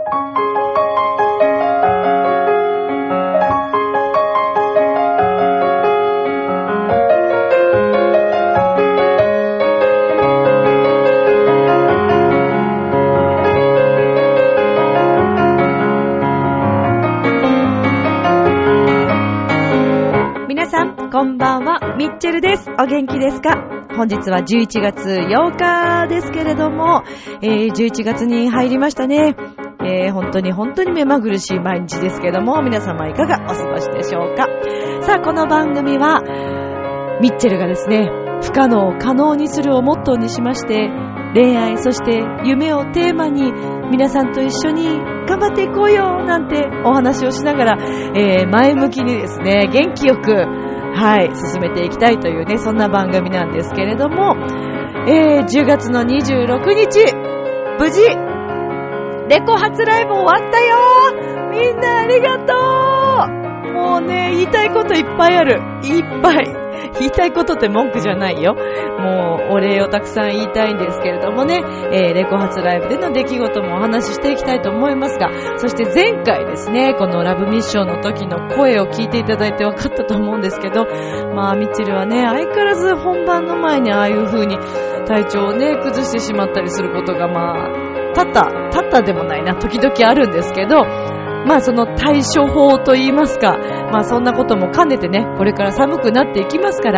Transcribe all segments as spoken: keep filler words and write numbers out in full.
こんばんは、ミッチェルです。お元気ですか？本日はじゅういちがつようかですけれども、えー、じゅういちがつに入りましたね。えー、本当に本当に目まぐるしい毎日ですけれども、皆様いかがお過ごしでしょうか？さあ、この番組はミッチェルがですね、不可能を可能にするをモットーにしまして、恋愛そして夢をテーマに皆さんと一緒に頑張っていこうよなんてお話をしながら、えー、前向きにですね、元気よくはい、進めていきたいというね、そんな番組なんですけれども、えー、じゅうがつのにじゅうろくにち、無事、レコ発ライブ終わったよ。みんなありがとう。もうね、言いたいこといっぱいある。いっぱい。言いたいことって文句じゃないよ。もうお礼をたくさん言いたいんですけれどもね、えー、レコ発ライブでの出来事もお話ししていきたいと思いますが、そして前回ですね、このラブミッションの時の声を聞いていただいて分かったと思うんですけど、まあミッチェルはね、相変わらず本番の前にああいう風に体調をね、崩してしまったりすることがまあ、たった、たったでもないな、時々あるんですけど、まあその対処法といいますか、まあそんなことも兼ねてね、これから寒くなっていきますから、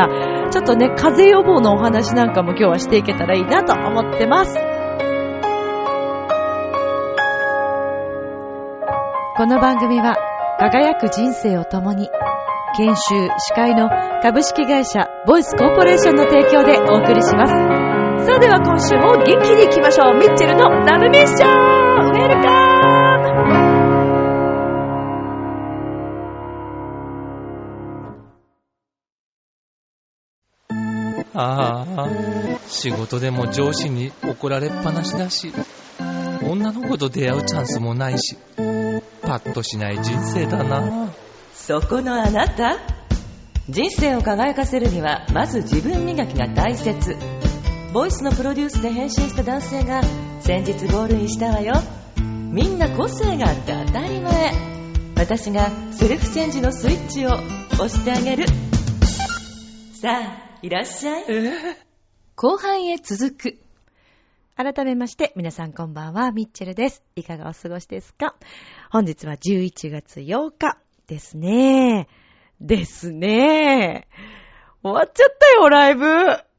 ちょっとね、風邪予防のお話なんかも今日はしていけたらいいなと思ってます。この番組は輝く人生を共に、研修司会の株式会社ボイスコーポレーションの提供でお送りします。さあでは今週も元気にいきましょう。ミッチェルのラブミッション、ウェルカム。 ああ、仕事でも上司に怒られっぱなしだし、女の子と出会うチャンスもないし、パッとしない人生だな。 そこのあなた、人生を輝かせるにはまず自分磨きが大切。ボイスのプロデュースで変身した男性が先日ゴールインしたわよ。みんな個性があって当たり前。私がセルフチェンジのスイッチを押してあげる。さあいらっしゃい。後半へ続く。 改めまして皆さんこんばんは、ミッチェルです。いかがお過ごしですか？本日はじゅういちがつようかですね。ですね。終わっちゃったよライブ。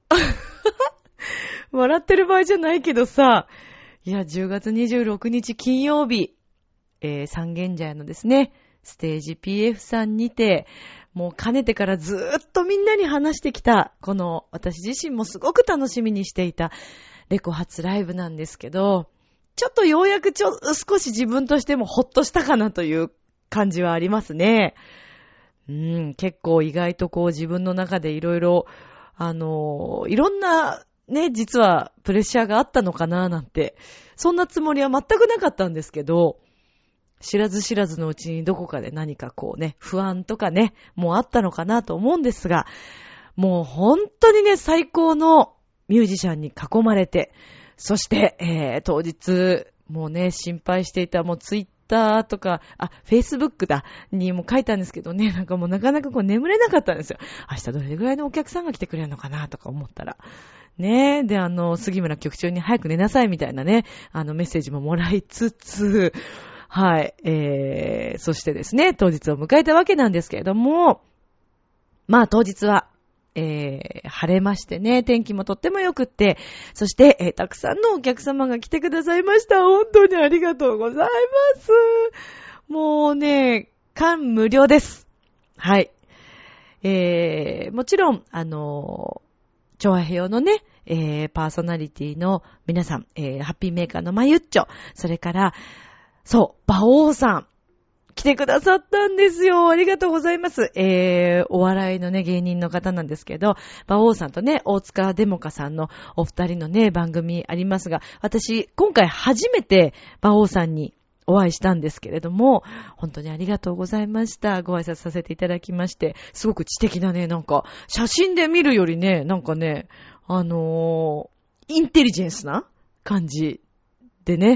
笑ってる場合じゃないけどさ、いやじゅうがつにじゅうろくにち金曜日、えー、三軒茶屋のですねステージ ピーエフ さんにて、もうかねてからずーっとみんなに話してきた、この私自身もすごく楽しみにしていたレコ発ライブなんですけど、ちょっとようやくちょ少し自分としてもほっとしたかなという感じはありますね。うん、結構意外とこう自分の中でいろいろあのいろんなね、実はプレッシャーがあったのかななんて、そんなつもりは全くなかったんですけど、知らず知らずのうちにどこかで何かこうね、不安とかね、もうあったのかなと思うんですが、もう本当にね、最高のミュージシャンに囲まれて、そして、えー、当日、もうね、心配していた、もうツイッターとか、あ、フェイスブックだ、にも書いたんですけどね、なんかもうなかなかこう眠れなかったんですよ。明日どれぐらいのお客さんが来てくれるのかなとか思ったら。ねえ、で、あの、杉村局長に早く寝なさいみたいなね、あのメッセージももらいつつ、はい、えー、そしてですね、当日を迎えたわけなんですけれども、まあ当日は、えー、晴れましてね、天気もとっても良くって、そして、えー、たくさんのお客様が来てくださいました。本当にありがとうございます。もうね、感無量です。はい。えー、もちろん、あのー、調和平和のね、えー、パーソナリティの皆さん、えー、ハッピーメーカーのまゆっちょ、それから、そう、馬王さん、来てくださったんですよ。ありがとうございます。えー、お笑いのね、芸人の方なんですけど、馬王さんとね、大塚デモカさんのお二人のね、番組ありますが、私、今回初めて馬王さんにお会いしたんですけれども、本当にありがとうございました。ご挨拶させていただきまして、すごく知的なね、なんか、写真で見るよりね、なんかね、あのー、インテリジェンスな感じでね、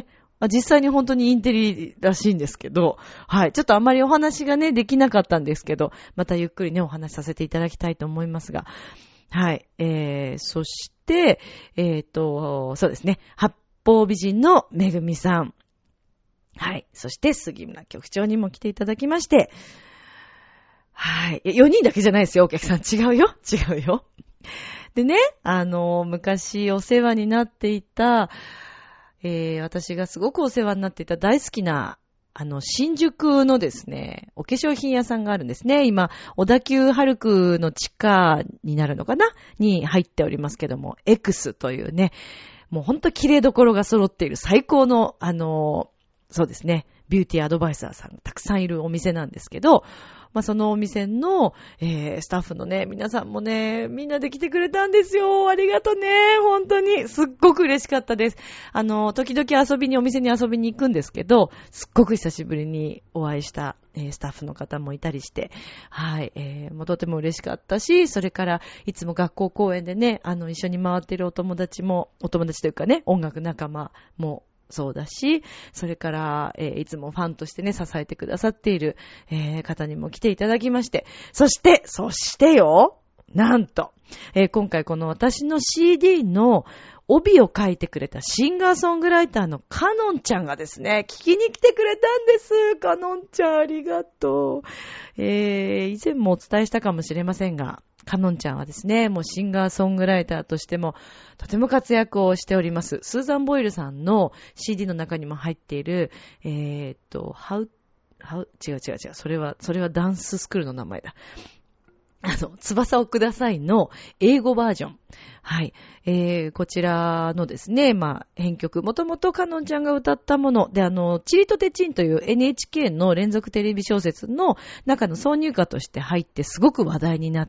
実際に本当にインテリらしいんですけど、はい。ちょっとあんまりお話がね、できなかったんですけど、またゆっくりね、お話しさせていただきたいと思いますが、はい。えー、そして、えっと、そうですね、八方美人のめぐみさん。はい。そして、杉村局長にも来ていただきまして、はい。よにんだけじゃないですよ、お客さん。違うよ。違うよ。でね、あの、昔お世話になっていた、えー、私がすごくお世話になっていた大好きな、あの、新宿のですね、お化粧品屋さんがあるんですね。今、小田急ハルクの地下になるのかなに入っておりますけども、X というね、もうほんと綺麗どころが揃っている最高の、あの、そうですね、ビューティーアドバイザーさんがたくさんいるお店なんですけど、まあ、そのお店の、えー、スタッフのね、皆さんもね、みんなで来てくれたんですよ。ありがとね。本当に。すっごく嬉しかったです。あの、時々遊びに、お店に遊びに行くんですけど、すっごく久しぶりにお会いした、えー、スタッフの方もいたりして、はい、えー、もうとても嬉しかったし、それからいつも学校公演でね、あの、一緒に回っているお友達も、お友達というかね、音楽仲間も、そうだし、それから、えー、いつもファンとしてね、支えてくださっている、えー、方にも来ていただきまして、そして、そしてよ、なんと、えー、今回この私の シーディー の帯を書いてくれたシンガーソングライターのカノンちゃんがですね、聞きに来てくれたんです。カノンちゃんありがとう。えー、以前もお伝えしたかもしれませんが、カノンちゃんはですね、もうシンガーソングライターとしてもとても活躍をしております。スーザン・ボイルさんの シーディー の中にも入っている、えーっと、ハウ、ハウ、違う違う違う、それは、それはダンススクールの名前だ。あの、翼をくださいの英語バージョン。はい。えー、こちらのですね、まあ、編曲。もともとカノンちゃんが歌ったもので、あの、チリとテチンという エヌエイチケー の連続テレビ小説の中の挿入歌として入ってすごく話題になって、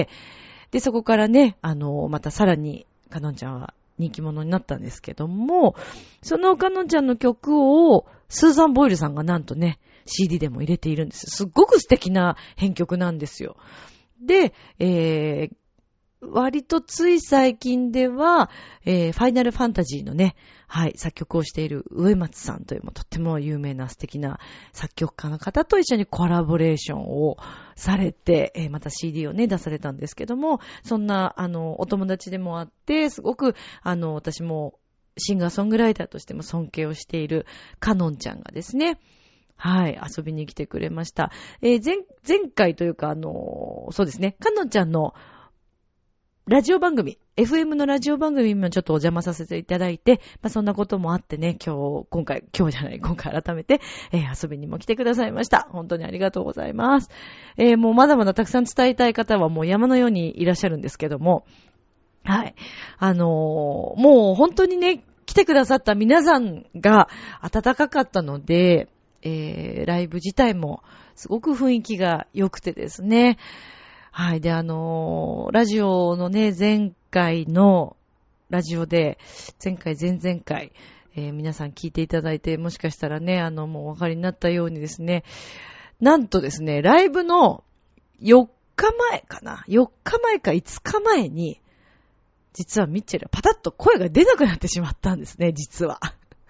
で、そこからね、あの、またさらにカノンちゃんは人気者になったんですけども、そのカノンちゃんの曲をスーザン・ボイルさんがなんとね、シーディー でも入れているんです。すっごく素敵な編曲なんですよ。で、えー、割とつい最近では、えー、ファイナルファンタジーのね、はい、作曲をしている上松さんというもとっても有名な素敵な作曲家の方と一緒にコラボレーションをされて、えー、また シーディー をね、出されたんですけども、そんな、あの、お友達でもあって、すごく、あの、私もシンガーソングライターとしても尊敬をしているカノンちゃんがですね、はい、遊びに来てくれました。えー、前、前回というか、あのー、そうですね、かのんちゃんのラジオ番組、エフエム のラジオ番組にもちょっとお邪魔させていただいて、まあ、そんなこともあってね、今日、今回、今日じゃない、今回改めて、えー、遊びにも来てくださいました。本当にありがとうございます。えー、もうまだまだたくさん伝えたい方はもう山のようにいらっしゃるんですけども、はい。あのー、もう本当にね、来てくださった皆さんが温かかったので、えー、ライブ自体もすごく雰囲気が良くてですね。はい。で、あのー、ラジオのね、前回のラジオで、前回、前々回、えー、皆さん聞いていただいて、もしかしたらね、あの、もうお分かりになったようにですね、なんとですね、ライブのよっかまえかな、よっかまえかいつかまえに、実はミッチェルはパタッと声が出なくなってしまったんですね、実は。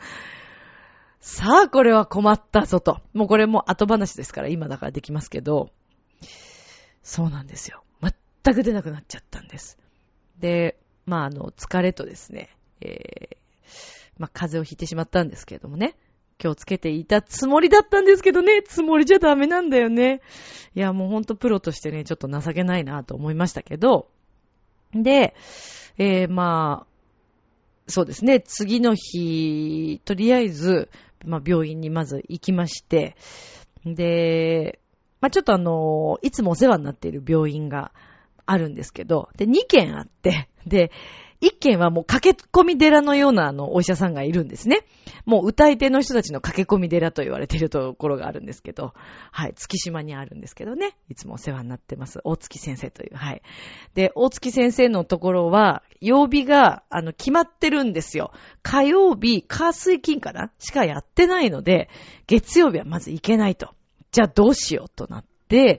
さあ、これは困ったぞと。もうこれも後話ですから、今だからできますけど、そうなんですよ。全く出なくなっちゃったんです。で、まあ、あの、疲れとですね、えー、まあ、風邪をひいてしまったんですけれどもね、今日つけていたつもりだったんですけどね、つもりじゃダメなんだよね。いや、もうほんとプロとしてね、ちょっと情けないなと思いましたけど、で、えー、まあ、そうですね、次の日、とりあえず、まあ、病院にまず行きまして、で、まあ、ちょっとあの、いつもお世話になっている病院があるんですけど、で、にけんあって、で、いっけんはもう駆け込み寺のようなあの、お医者さんがいるんですね。もう歌い手の人たちの駆け込み寺と言われているところがあるんですけど、はい、月島にあるんですけどね、いつもお世話になってます。大月先生という、はい。で、大月先生のところは、曜日が、あの、決まってるんですよ。火曜日、火水金かなしかやってないので、月曜日はまず行けないと。じゃあどうしようとなって、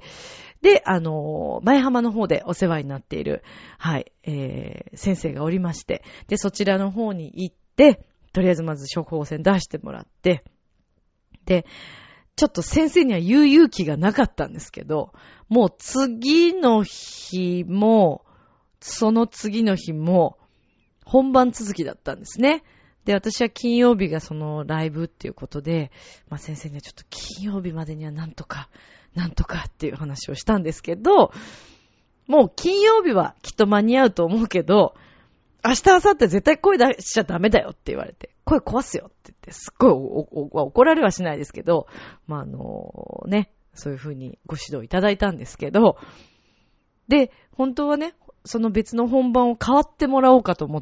で、あの、前浜の方でお世話になっている、はい、えー、先生がおりまして、で、そちらの方に行って、 とりあえずまず処方箋出してもらって、で、ちょっと先生には言う勇気がなかったんですけど、もう次の日も、その次の日も、本番続きだったんですね。で、私は金曜日がそのライブっていうことで、まあ先生にはちょっと金曜日までにはなんとか、なんとかっていう話をしたんですけど、もう金曜日はきっと間に合うと思うけど、明日、明後日絶対声出しちゃダメだよって言われて、声壊すよって言って、すっごいおおお怒られはしないですけど、まああのね、そういうふうにご指導いただいたんですけど、で、本当はね、その別の本番を変わってもらおうかと思って、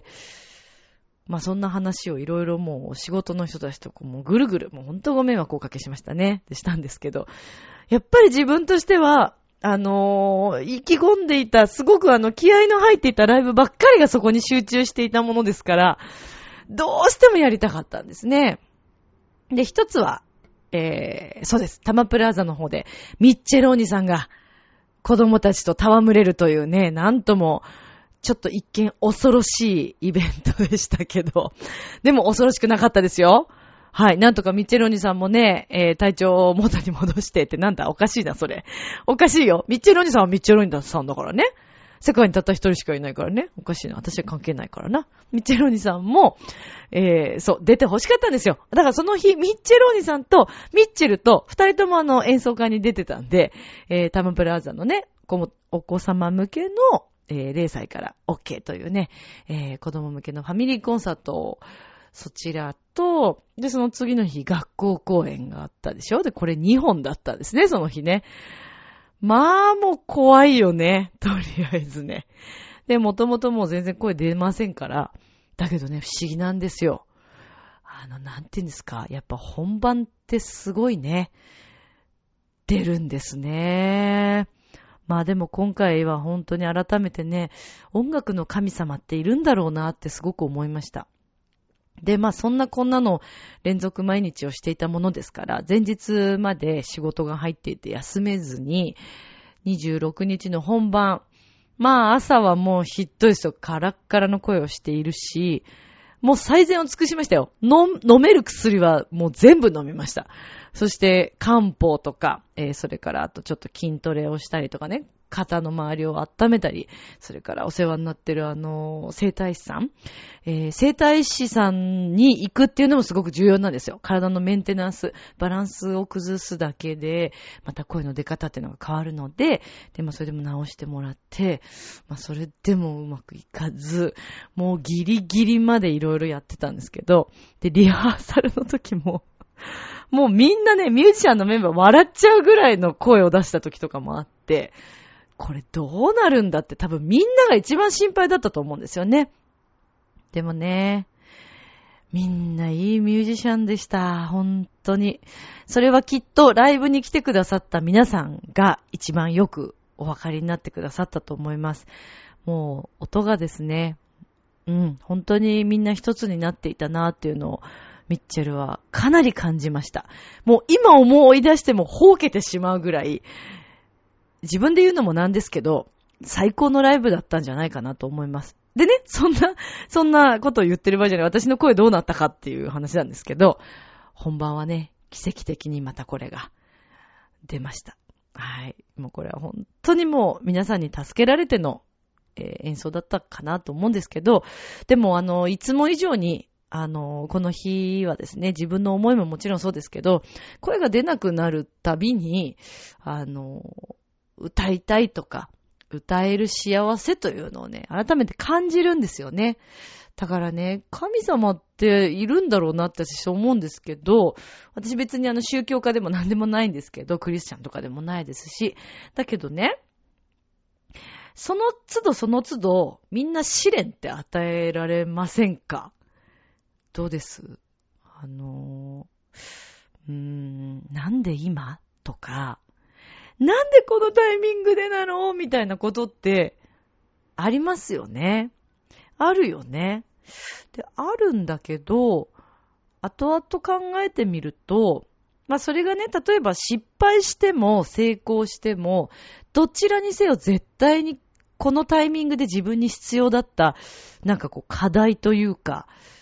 まあそんな話をいろいろもう仕事の人たちとこうもうぐるぐる、もう本当ご迷惑をおかけしましたね。でしたんですけど、やっぱり自分としては、あのー、意気込んでいた、すごくあの気合の入っていたライブばっかりがそこに集中していたものですから、どうしてもやりたかったんですね。で、一つは、えー、そうです。タマプラーザの方で、ミッチェローニさんが子供たちと戯れるというね、なんとも、ちょっと一見恐ろしいイベントでしたけど、でも恐ろしくなかったですよ。はい。なんとかミッチェローニさんもね、えー、体調を元に戻してって、なんだ、おかしいな、それ。おかしいよ。ミッチェローニさんはミッチェローニさんだからね。世界にたった一人しかいないからね。おかしいな。私は関係ないからな。ミッチェローニさんも、えー、そう、出て欲しかったんですよ。だからその日、ミッチェローニさんとミッチェルと二人ともあの演奏会に出てたんで、えー、タムプラーザのね、お子様向けの、えー、れいさいから OK というね、えー、子供向けのファミリーコンサートを、そちらと、で、その次の日、学校公演があったでしょ。で、これにほんだったんですね、その日ね。まあ、もう怖いよね。とりあえずね。で、もともともう全然声出ませんから。だけどね、不思議なんですよ。あの、なんて言うんですか。やっぱ本番ってすごいね。出るんですね。まあでも今回は本当に改めてね、音楽の神様っているんだろうなってすごく思いました。で、まあそんなこんなの連続毎日をしていたものですから、前日まで仕事が入っていて休めずに、にじゅうろくにちの本番、まあ朝はもうひっとりとカラッカラの声をしているし、もう最善を尽くしましたよ。飲、飲める薬はもう全部飲みました。そして漢方とか、えー、それからあとちょっと筋トレをしたりとかね、肩の周りを温めたり、それからお世話になってるあの、整体師さん、えー、整体師さんに行くっていうのもすごく重要なんですよ。体のメンテナンス、バランスを崩すだけで、また声の出方っていうのが変わるので、で、まあそれでも直してもらって、まあそれでもうまくいかず、もうギリギリまでいろいろやってたんですけど、で、リハーサルの時も、もうみんなね、ミュージシャンのメンバー笑っちゃうぐらいの声を出した時とかもあって、これどうなるんだって多分みんなが一番心配だったと思うんですよね。でもね、みんないいミュージシャンでした。本当に。それはきっとライブに来てくださった皆さんが一番よくお分かりになってくださったと思います。もう音がですね、うん、本当にみんな一つになっていたなっていうのをミッチェルはかなり感じました。もう今思い出してもほうけてしまうぐらい、自分で言うのもなんですけど、最高のライブだったんじゃないかなと思います。でね、そんな、そんなことを言ってる場合じゃない。私の声どうなったかっていう話なんですけど、本番はね、奇跡的にまたこれが出ました。はい。もうこれは本当にもう皆さんに助けられての、えー、演奏だったかなと思うんですけど、でもあの、いつも以上に、あの、この日はですね、自分の思いももちろんそうですけど、声が出なくなるたびに、あの、歌いたいとか、歌える幸せというのをね、改めて感じるんですよね。だからね、神様っているんだろうなって私思うんですけど、私別にあの宗教家でも何でもないんですけど、クリスチャンとかでもないですし、だけどね、その都度その都度、みんな試練って与えられませんか？どうです？あの、うーん、なんで今？とか、なんでこのタイミングでなの？みたいなことってありますよね。あるよね。で、あるんだけど、後々考えてみると、まあそれがね、例えば失敗しても成功しても、どちらにせよ絶対にこのタイミングで自分に必要だった、なんかこう課題というか、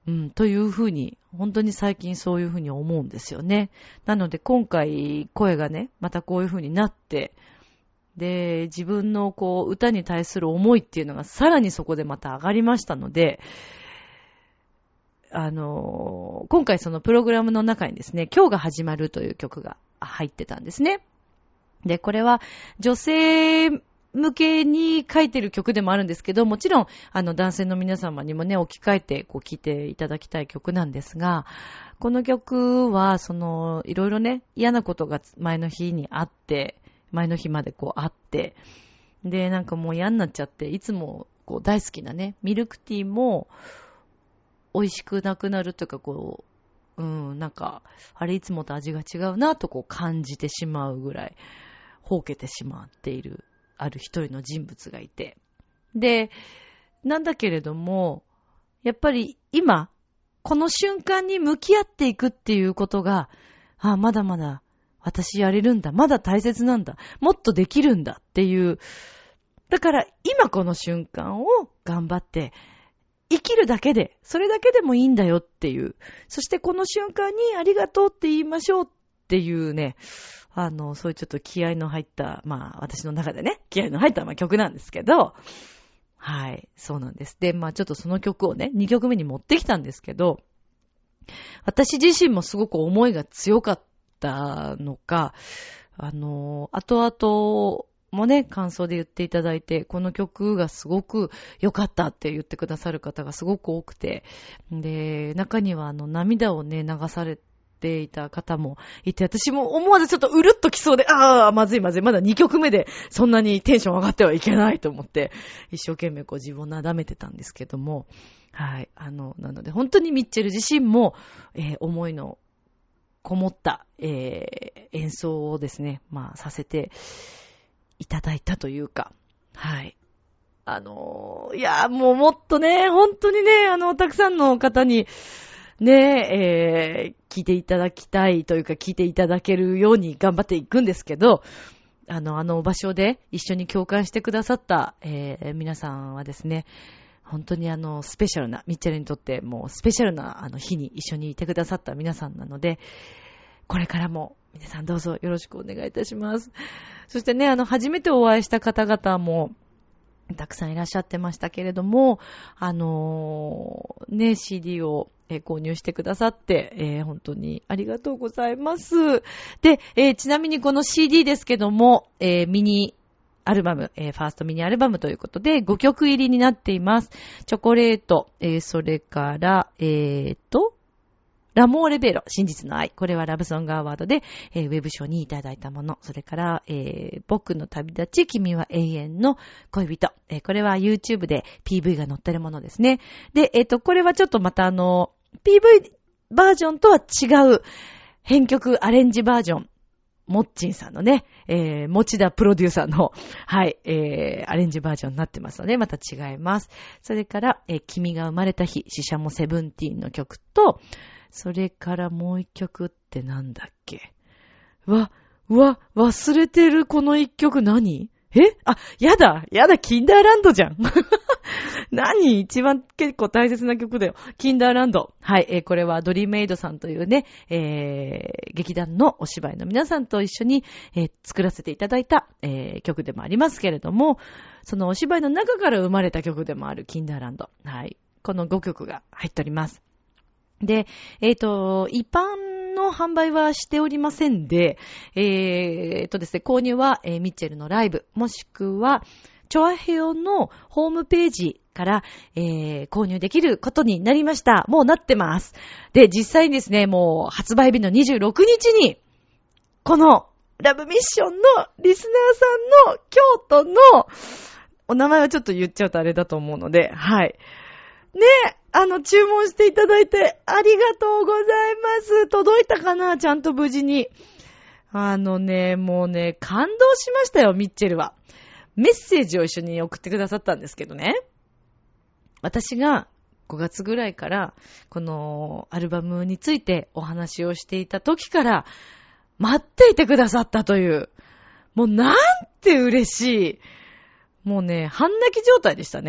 うん、というふうに、本当に最近そういうふうに思うんですよね。なので今回声がね、またこういうふうになって、で、自分のこう歌に対する思いっていうのがさらにそこでまた上がりましたので、あの、今回そのプログラムの中にですね、今日が始まるという曲が入ってたんですね。で、これは女性向けに書いてる曲でもあるんですけど、もちろんあの男性の皆様にもね、置き換えてこう聴いていただきたい曲なんですが、この曲はそのいろいろね、嫌なことが前の日にあって、前の日までこうあって、で、なんかもう嫌になっちゃって、いつもこう大好きなね、ミルクティーも美味しくなくなるというか、こう、うん、なんか、あれいつもと味が違うなとこう感じてしまうぐらい、ほうけてしまっている、ある一人の人物がいて。で、なんだけれども、やっぱり今、この瞬間に向き合っていくっていうことが、あ、まだまだ私やれるんだ、まだ大切なんだ、もっとできるんだっていう、だから今この瞬間を頑張って、生きるだけで、それだけでもいいんだよっていう。そしてこの瞬間にありがとうって言いましょうっていうね、あの、そういうちょっと気合の入った、まあ私の中でね、気合の入ったまあ曲なんですけど、はい、そうなんです。で、まあちょっとその曲をね、にきょくめに持ってきたんですけど、私自身もすごく思いが強かったのか、あの、後々、もね、感想で言っていただいて、この曲がすごく良かったって言ってくださる方がすごく多くて、で、中にはあの涙をね、流されていた方もいて、私も思わずちょっとうるっときそうで、ああ、まずいまずい、まだにきょくめでそんなにテンション上がってはいけないと思って、一生懸命こう自分をなだめてたんですけども、はい、あの、なので本当にミッチェル自身も、えー、思いのこもった、えー、演奏をですね、まあ、させて、いただいたというか、はい。あのー、いや、もうもっとね、本当にね、あの、たくさんの方に、ね、えー、聞いていただきたいというか、聞いていただけるように頑張っていくんですけど、あの、あの場所で一緒に共感してくださった、えー、皆さんはですね、本当にあの、スペシャルな、ミッチェルにとってもうスペシャルなあの日に一緒にいてくださった皆さんなので、これからも皆さんどうぞよろしくお願いいたします。そしてね、あの、初めてお会いした方々もたくさんいらっしゃってましたけれども、あのー、ね、シーディー を、えー、購入してくださって、えー、本当にありがとうございます。で、えー、ちなみにこの シーディー ですけども、えー、ミニアルバム、えー、ファーストミニアルバムということでごきょく入りになっています。チョコレート、えー、それから、えーと、ラモーレベロ、真実の愛。これはラブソングアワードで、えー、ウェブ賞にいただいたもの。それから、えー、僕の旅立ち、君は永遠の恋人。えー、これは YouTube で ピーブイ が載ってるものですね。で、えっと、これはちょっとまたあの、ピーブイ バージョンとは違う編曲アレンジバージョン。もっちんさんのね、えー、持田プロデューサーの、はい、えー、アレンジバージョンになってますので、また違います。それから、えー、君が生まれた日、シシャモセブンティーンの曲と、それからもう一曲ってなんだっけ？わ、わ、忘れてるこの一曲何？え？あ、やだやだ、キンダーランドじゃん何？一番結構大切な曲だよ。キンダーランド。はい、えー、これはドリーメイドさんというね、えー、劇団のお芝居の皆さんと一緒に、えー、作らせていただいた、えー、曲でもありますけれども、そのお芝居の中から生まれた曲でもあるキンダーランド。はい。このごきょくが入っております。で、えっと、一般の販売はしておりませんで、えー、とですね、購入は、えー、ミッチェルのライブ、もしくは、チョアヘオのホームページから、えー、購入できることになりました。もうなってます。で、実際にですね、もう発売日のにじゅうろくにちに、このラブミッションのリスナーさんの京都の、お名前はちょっと言っちゃうとあれだと思うので、はい。ねえ、あの、注文していただいてありがとうございます。届いたかな？ちゃんと無事に。あのね、もうね、感動しましたよ、ミッチェルは。メッセージを一緒に送ってくださったんですけどね。私がごがつぐらいから、このアルバムについてお話をしていた時から、待っていてくださったという。もうなんて嬉しい。もうね、半泣き状態でしたね。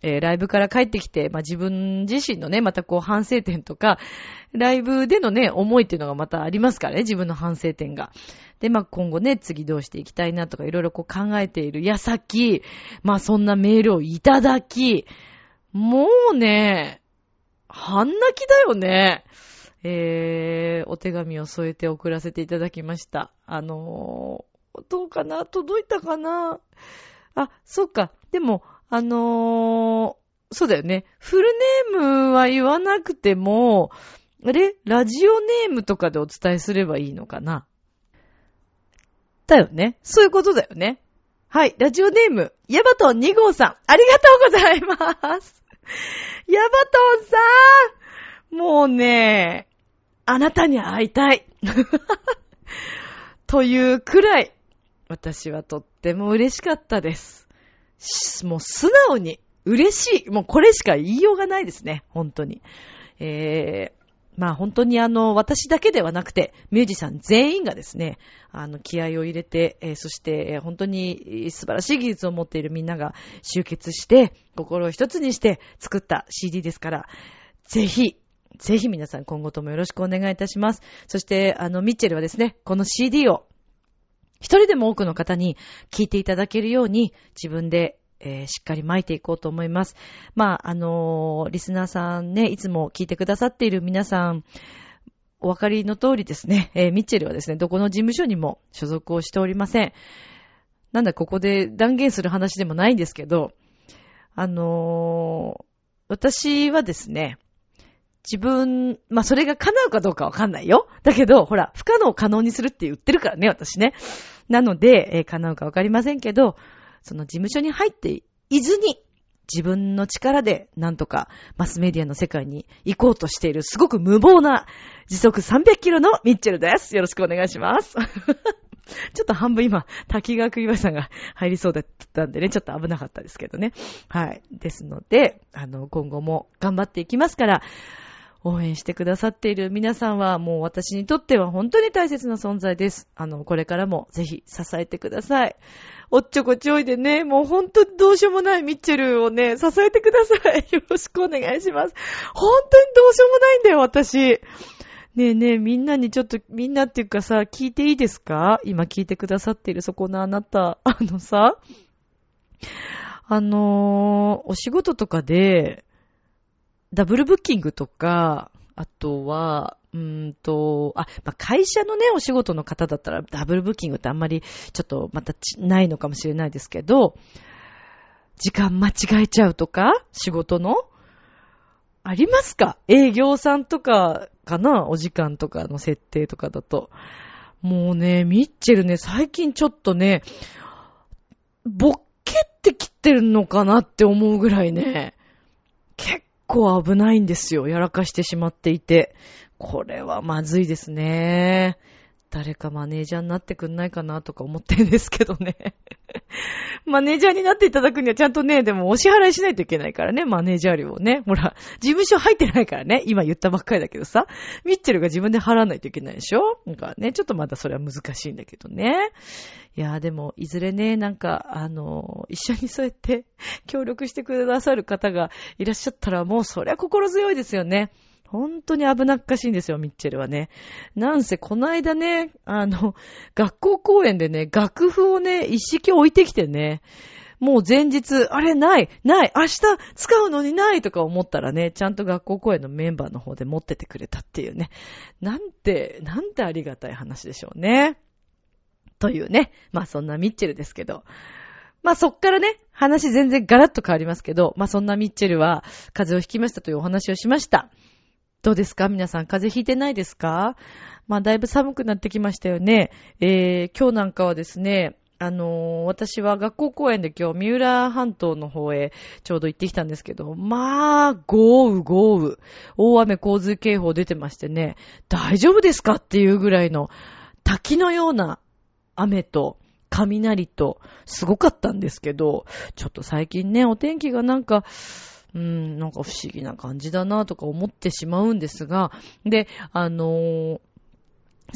えー、ライブから帰ってきて、まあ、自分自身のね、またこう反省点とか、ライブでのね、思いっていうのがまたありますからね、自分の反省点が。で、まあ、今後ね、次どうしていきたいなとかいろいろこう考えている矢先、まあ、そんなメールをいただき、もうね、半泣きだよね。えー、お手紙を添えて送らせていただきました。あのー、どうかな？届いたかな？あ、そうか。でも、あのー、そうだよね。フルネームは言わなくても、あれ？ラジオネームとかでお伝えすればいいのかな？だよね。そういうことだよね。はい。ラジオネーム、ヤバトンに号さん。ありがとうございます。ヤバトンさん！もうね、あなたに会いたい。というくらい、私はとっても嬉しかったです。もう素直に嬉しい。もうこれしか言いようがないですね。本当に。えー、まあ本当にあの、私だけではなくて、ミュージシャン全員がですね、あの、気合を入れて、えー、そして、えー、本当に素晴らしい技術を持っているみんなが集結して、心を一つにして作った シーディー ですから、ぜひ、ぜひ皆さん今後ともよろしくお願いいたします。そして、あの、ミッチェルはですね、この シーディー を一人でも多くの方に聞いていただけるように自分で、えー、しっかり巻いていこうと思います。まあ、あのー、リスナーさんね、いつも聞いてくださっている皆さん、お分かりの通りですね、えー、ミッチェルはですね、どこの事務所にも所属をしておりません。なんだ、ここで断言する話でもないんですけど、あのー、私はですね、自分、まあ、それが叶うかどうかわかんないよ。だけど、ほら、不可能を可能にするって言ってるからね、私ね。なので、えー、叶うかわかりませんけど、その事務所に入っていずに、自分の力でなんとかマスメディアの世界に行こうとしているすごく無謀な時速さんびゃくキロのミッチェルです。よろしくお願いします。ちょっと半分今、滝川栗林さんが入りそうだったんでね、ちょっと危なかったですけどね。はい。ですので、あの、今後も頑張っていきますから、応援してくださっている皆さんはもう私にとっては本当に大切な存在です。あの、これからもぜひ支えてください。おっちょこちょいでね、もう本当にどうしようもないミッチェルをね、支えてください。よろしくお願いします。本当にどうしようもないんだよ、私。ねえねえ、みんなにちょっと、みんなっていうかさ、聞いていいですか？今聞いてくださっているそこのあなた。あのさ、あのー、お仕事とかで、ダブルブッキングとか、あとは、うーんと、あ、まあ、会社のね、お仕事の方だったらダブルブッキングってあんまりちょっとまたないのかもしれないですけど、時間間違えちゃうとか、仕事のありますか？営業さんとかかな？お時間とかの設定とかだと。もうね、ミッチェルね、最近ちょっとね、ボッケってきてるのかなって思うぐらいね、結構危ないんですよ。やらかしてしまっていて。これはまずいですね。誰かマネージャーになってくんないかなとか思ってるんですけどね。マネージャーになっていただくにはちゃんとね、でもお支払いしないといけないからね、マネージャー料をね。ほら、事務所入ってないからね、今言ったばっかりだけどさ、ミッチェルが自分で払わないといけないでしょ？なんかね、ちょっとまだそれは難しいんだけどね。いやーでも、いずれね、なんか、あのー、一緒にそうやって協力してくださる方がいらっしゃったら、もうそりゃ心強いですよね。本当に危なっかしいんですよ、ミッチェルはね。なんせ、この間ね、あの、学校公演でね、楽譜をね、一式置いてきてね、もう前日、あれない、ない、明日使うのにないとか思ったらね、ちゃんと学校公演のメンバーの方で持っててくれたっていうね。なんて、なんてありがたい話でしょうね。というね、まあそんなミッチェルですけど。まあそっからね、話全然ガラッと変わりますけど、まあそんなミッチェルは風邪をひきましたというお話をしました。どうですか皆さん、風邪ひいてないですか？まあだいぶ寒くなってきましたよね。えー、今日なんかはですね、あのー、私は学校公演で今日三浦半島の方へちょうど行ってきたんですけど、まあ豪雨豪雨、大雨洪水警報出てましてね、大丈夫ですかっていうぐらいの滝のような雨と雷とすごかったんですけど、ちょっと最近ねお天気がなんかうーん、なんか不思議な感じだなとか思ってしまうんですが、で、あのー、そう、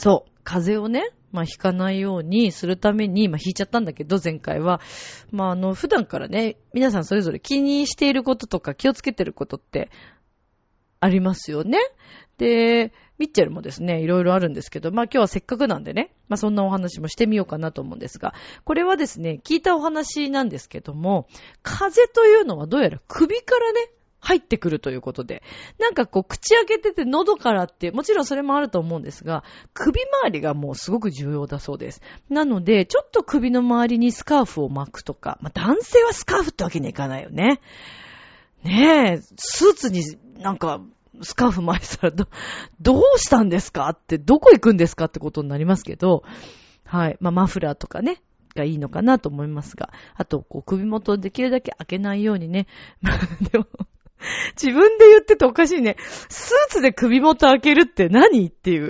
風邪をね、まあ、ひかないようにするために、まあ、ひいちゃったんだけど、前回は。まあ、あの、普段からね、皆さんそれぞれ気にしていることとか気をつけてることってありますよね。で、ミッチェルもですね、いろいろあるんですけど、まあ今日はせっかくなんでね、まあそんなお話もしてみようかなと思うんですが、これはですね、聞いたお話なんですけども、風邪というのはどうやら首からね、入ってくるということで、なんかこう口開けてて喉からっていう、もちろんそれもあると思うんですが、首周りがもうすごく重要だそうです。なので、ちょっと首の周りにスカーフを巻くとか、まあ男性はスカーフってわけにいかないよね。ねえ、スーツになんか、スカーフ巻いてたらど、どうしたんですかって、どこ行くんですかってことになりますけど、はい。まあ、マフラーとかね、がいいのかなと思いますが、あと、こう、首元をできるだけ開けないようにね、でも、自分で言ってておかしいね。スーツで首元開けるって何っていう。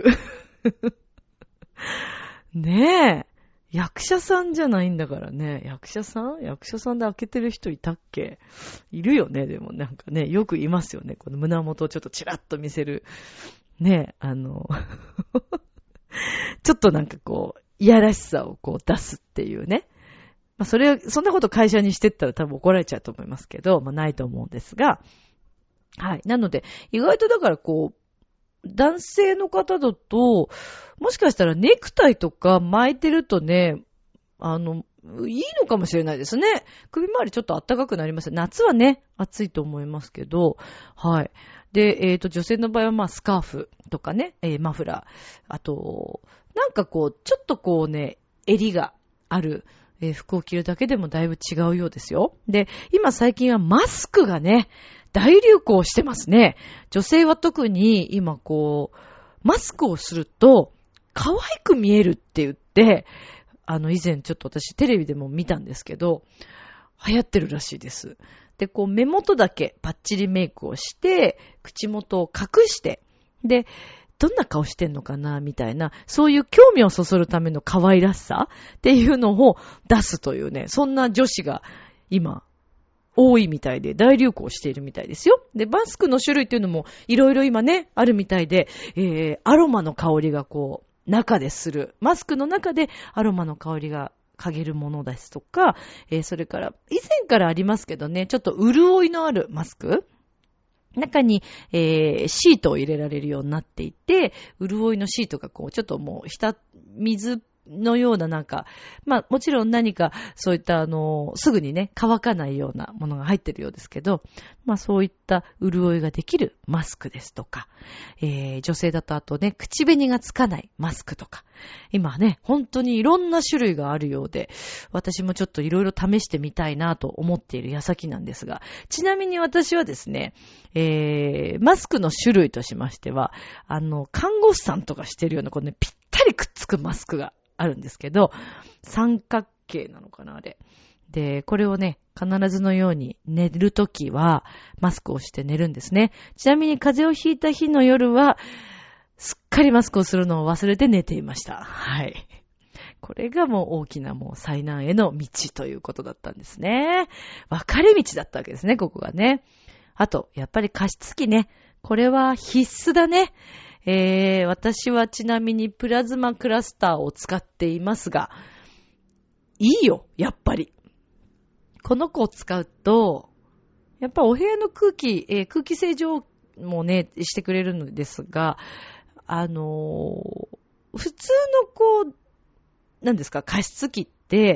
ねえ。役者さんじゃないんだからね。役者さん役者さんで開けてる人いたっけ？いるよね。でもなんかね、よくいますよね。この胸元をちょっとチラッと見せる。ね、あの、ちょっとなんかこう、いやらしさをこう出すっていうね。まあそれ、そんなこと会社にしてったら多分怒られちゃうと思いますけど、まあないと思うんですが。はい。なので、意外とだからこう、男性の方だと、もしかしたらネクタイとか巻いてるとね、あの、いいのかもしれないですね。首周りちょっと暖かくなります。夏はね、暑いと思いますけど、はい。で、えっと、女性の場合はまあスカーフとかね、えー、マフラー、あと、なんかこう、ちょっとこうね、襟がある、えー、服を着るだけでもだいぶ違うようですよ。で、今最近はマスクがね、大流行してますね。女性は特に今こう、マスクをすると可愛く見えるって言って、あの以前ちょっと私テレビでも見たんですけど、流行ってるらしいです。で、こう目元だけパッチリメイクをして、口元を隠して、で、どんな顔してんのかなみたいな、そういう興味をそそるための可愛らしさっていうのを出すというね、そんな女子が今、多いみたいで大流行しているみたいですよ。で、マスクの種類っていうのもいろいろ今ね、あるみたいで、えー、アロマの香りがこう、中でする。マスクの中でアロマの香りが嗅げるものですとか、えー、それから、以前からありますけどね、ちょっと潤いのあるマスク中に、えー、シートを入れられるようになっていて、潤いのシートがこう、ちょっともう、ひた、水のようななんか、まあもちろん何かそういったあの、すぐにね、乾かないようなものが入ってるようですけど、まあそういった潤いができるマスクですとか、えー、女性だとあとね、口紅がつかないマスクとか、今ね、本当にいろんな種類があるようで、私もちょっといろいろ試してみたいなと思っている矢先なんですが、ちなみに私はですね、えー、マスクの種類としましては、あの、看護師さんとかしてるようなこのね、ぴったりくっつくマスクがあるんですけど、三角形なのかなあれ。で、これをね、必ずのように寝るときはマスクをして寝るんですね。ちなみに風邪をひいた日の夜は、すっかりマスクをするのを忘れて寝ていました。はい。これがもう大きなもう災難への道ということだったんですね。分かれ道だったわけですね、ここがね。あと、やっぱり加湿器ね。これは必須だね。えー、私はちなみにプラズマクラスターを使っていますが、いいよ、やっぱり。この子を使うと、やっぱお部屋の空気、えー、空気清浄もね、してくれるのですが、あのー、普通のこう、何ですか、加湿器って、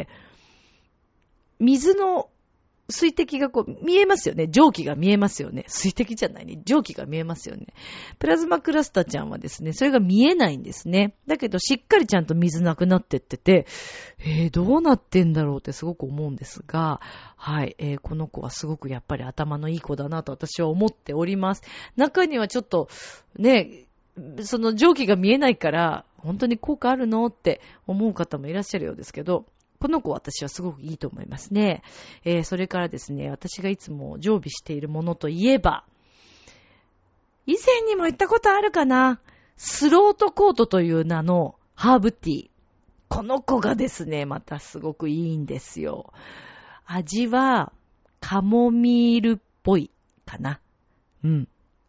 水の水滴がこう見えますよね。蒸気が見えますよね。水滴じゃないね。蒸気が見えますよね。プラズマクラスターちゃんはですね、それが見えないんですね。だけどしっかりちゃんと水なくなってってて、えー、どうなってんだろうってすごく思うんですが、はい、えー、この子はすごくやっぱり頭のいい子だなと私は思っております。中にはちょっとね、その蒸気が見えないから本当に効果あるのって思う方もいらっしゃるようですけど、この子私はすごくいいと思いますね。えー、それからですね、私がいつも常備しているものといえば、以前にも言ったことあるかな、スロートコートという名のハーブティー。この子がですね、またすごくいいんですよ。味はカモミールっぽいかな。うん。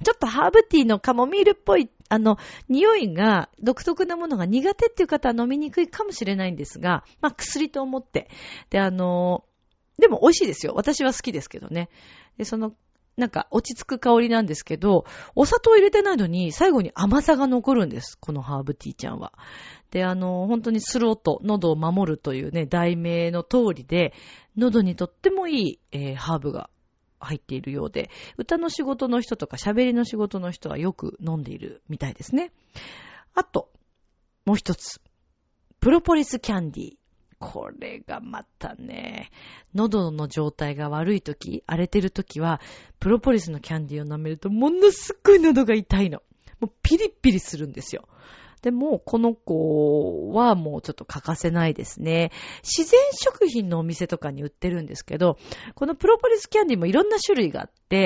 ちょっとハーブティーのカモミールっぽい、あの、匂いが独特なものが苦手っていう方は飲みにくいかもしれないんですが、まあ薬と思って。で、あの、でも美味しいですよ。私は好きですけどね。で、その、なんか落ち着く香りなんですけど、お砂糖入れてないのに最後に甘さが残るんです。このハーブティーちゃんは。で、あの、本当にスローと喉を守るというね、題名の通りで、喉にとってもいい、えー、ハーブが入っているようで、歌の仕事の人とか喋りの仕事の人はよく飲んでいるみたいですね。あと、もう一つ。プロポリスキャンディー。これがまたね、喉の状態が悪いとき、荒れてるときは、プロポリスのキャンディーを舐めると、ものすっごい喉が痛いの。もうピリピリするんですよ。でも、この子はもうちょっと欠かせないですね。自然食品のお店とかに売ってるんですけど、このプロポリスキャンディーもいろんな種類があって、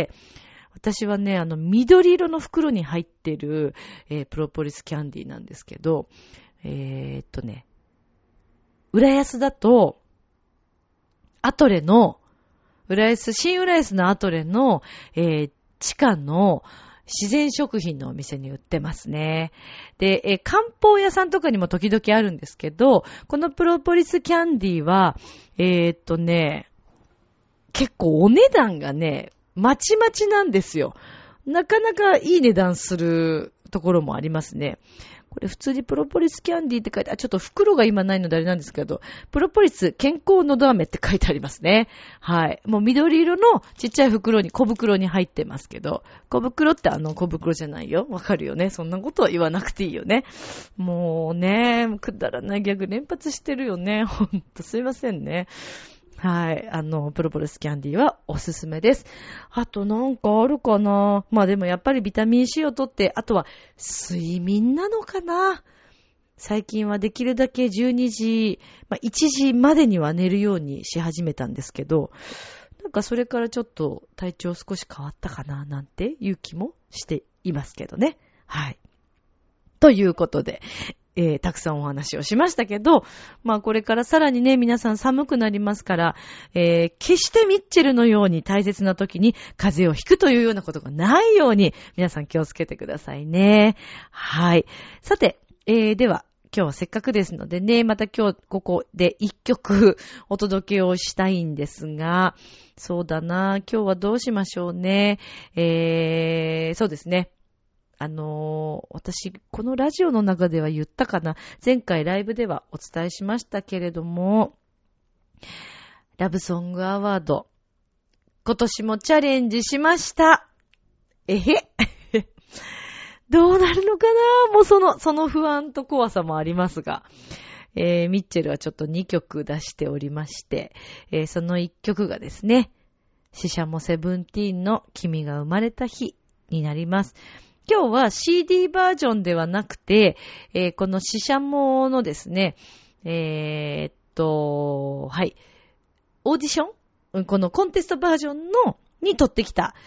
私はね、あの、緑色の袋に入ってる、えー、プロポリスキャンディーなんですけど、えー、っとね、浦安だと、アトレの、浦安、新浦安のアトレの、えー、地下の自然食品のお店に売ってますね。で、えー、漢方屋さんとかにも時々あるんですけど、このプロポリスキャンディーは、えー、っとね、結構お値段がね、まちまちなんですよ。なかなかいい値段するところもありますね。これ普通にプロポリスキャンディーって書いて、あ、ちょっと袋が今ないのであれなんですけど、プロポリス健康のど飴って書いてありますね。はい。もう緑色のちっちゃい袋に、小袋に入ってますけど、小袋ってあの小袋じゃないよ。わかるよね。そんなことは言わなくていいよね。もうね、くだらないギャグ連発してるよね。ほんとすいませんね。はい。あの、プロポリスキャンディーはおすすめです。あとなんかあるかな。まあでもやっぱりビタミン C をとって、あとは睡眠なのかな。最近はできるだけじゅうにじ、まあいちじまでには寝るようにし始めたんですけど、なんかそれからちょっと体調少し変わったかななんていう気もしていますけどね。はい。ということで、えー、たくさんお話をしましたけど、まあこれからさらにね、皆さん寒くなりますから、えー、決してミッチェルのように大切な時に風邪をひくというようなことがないように、皆さん気をつけてくださいね。はい。さて、えー、では、今日はせっかくですのでね、また今日ここで一曲お届けをしたいんですが、そうだな、今日はどうしましょうね。えー、そうですね。あのー、私、このラジオの中では言ったかな。前回ライブではお伝えしましたけれども、ラブソングアワード、今年もチャレンジしました。えへどうなるのかな。もうその、その不安と怖さもありますが、えー、ミッチェルはちょっとにきょく出しておりまして、えー、そのいっきょくがですね、シシャモセブンティーンの君が生まれた日になります。今日は シーディー バージョンではなくて、えー、このシシャモのですね、えー、っと、はい、オーディション？このコンテストバージョンの、に撮ってきた、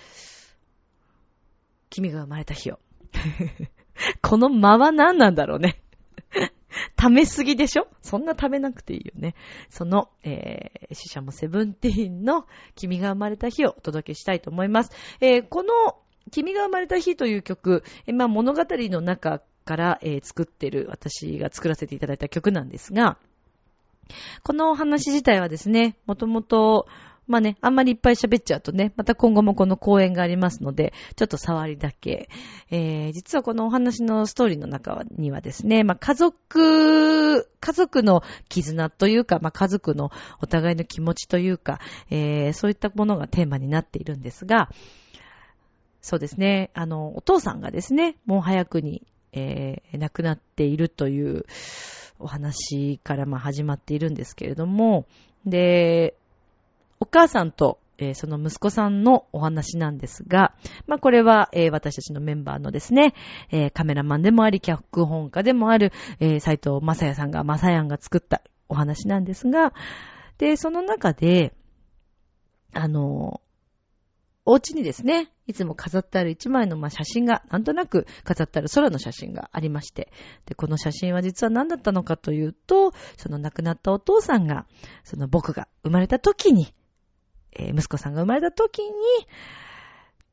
君が生まれた日を。この間は何なんだろうね。溜めすぎでしょ？そんな溜めなくていいよね。その、えー、シシャモセブンティーンの君が生まれた日をお届けしたいと思います。えー、この君が生まれた日という曲、えまあ、物語の中から、えー、作ってる、私が作らせていただいた曲なんですが、このお話自体はですね、もともと、まあね、あんまりいっぱい喋っちゃうとね、また今後もこの公演がありますので、ちょっと触りだけ。えー、実はこのお話のストーリーの中にはですね、まあ家族、家族の絆というか、まあ家族のお互いの気持ちというか、えー、そういったものがテーマになっているんですが、そうですね。あの、お父さんがですね、もう早くに、えー、亡くなっているというお話からまあ始まっているんですけれども、で、お母さんと、えー、その息子さんのお話なんですが、まあこれは、えー、私たちのメンバーのですね、えー、カメラマンでもあり、脚本家でもある、えー、斉藤正也さんが、正也が作ったお話なんですが、で、その中で、あの、お家にですね、いつも飾ってある一枚のまあ写真が、なんとなく飾ってある空の写真がありまして、で、この写真は実は何だったのかというと、その亡くなったお父さんが、その僕が生まれた時に、えー、息子さんが生まれた時に、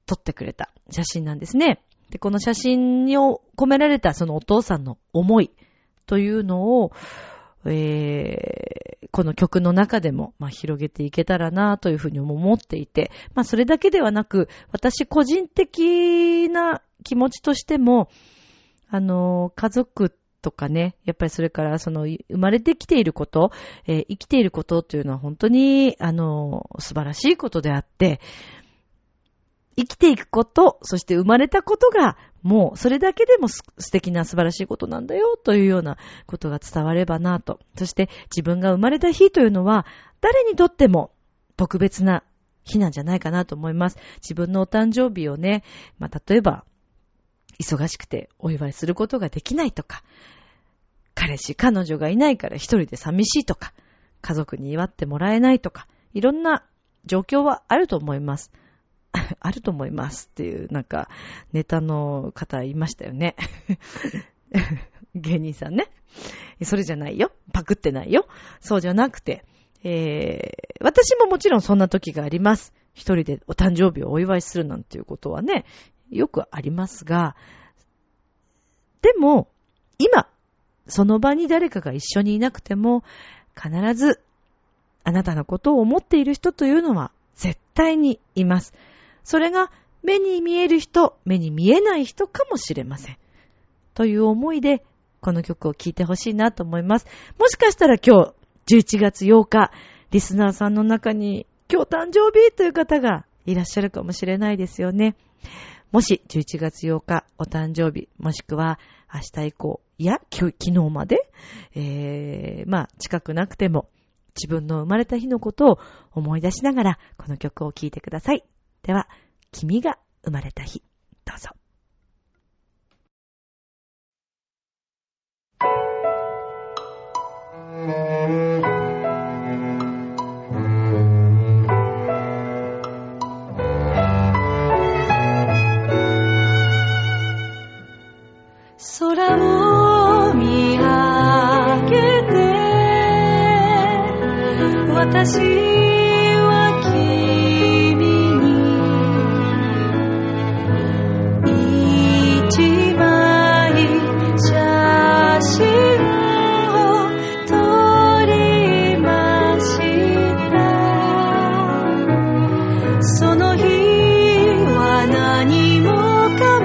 撮ってくれた写真なんですね。で、この写真に込められたそのお父さんの思いというのを、えー、この曲の中でも、まあ、広げていけたらなというふうに思っていて、まあ、それだけではなく、私個人的な気持ちとしても、あの、家族とかね、やっぱりそれからその生まれてきていること、えー、生きていることというのは本当に、あの、素晴らしいことであって、生きていくこと、そして生まれたことが、もうそれだけでも素敵な素晴らしいことなんだよというようなことが伝わればなと。そして自分が生まれた日というのは誰にとっても特別な日なんじゃないかなと思います。自分のお誕生日をね、まあ、例えば忙しくてお祝いすることができないとか、彼氏彼女がいないから一人で寂しいとか、家族に祝ってもらえないとか、いろんな状況はあると思います。あると思いますっていうなんかネタの方いましたよね。芸人さんね。それじゃないよ。パクってないよ。そうじゃなくて、えー、私ももちろんそんな時があります。一人でお誕生日をお祝いするなんていうことはね、よくありますが、でも今その場に誰かが一緒にいなくても必ずあなたのことを思っている人というのは絶対にいます。それが目に見える人、目に見えない人かもしれません。という思いでこの曲を聴いてほしいなと思います。もしかしたら今日じゅういちがつようか、リスナーさんの中に今日誕生日という方がいらっしゃるかもしれないですよね。もしじゅういちがつようかお誕生日、もしくは明日以降、いや昨日まで、えー、まあ近くなくても自分の生まれた日のことを思い出しながらこの曲を聴いてください。では、君が生まれた日、どうぞ。 空を見上げて私は君に一枚写真を撮りました。その日は何もか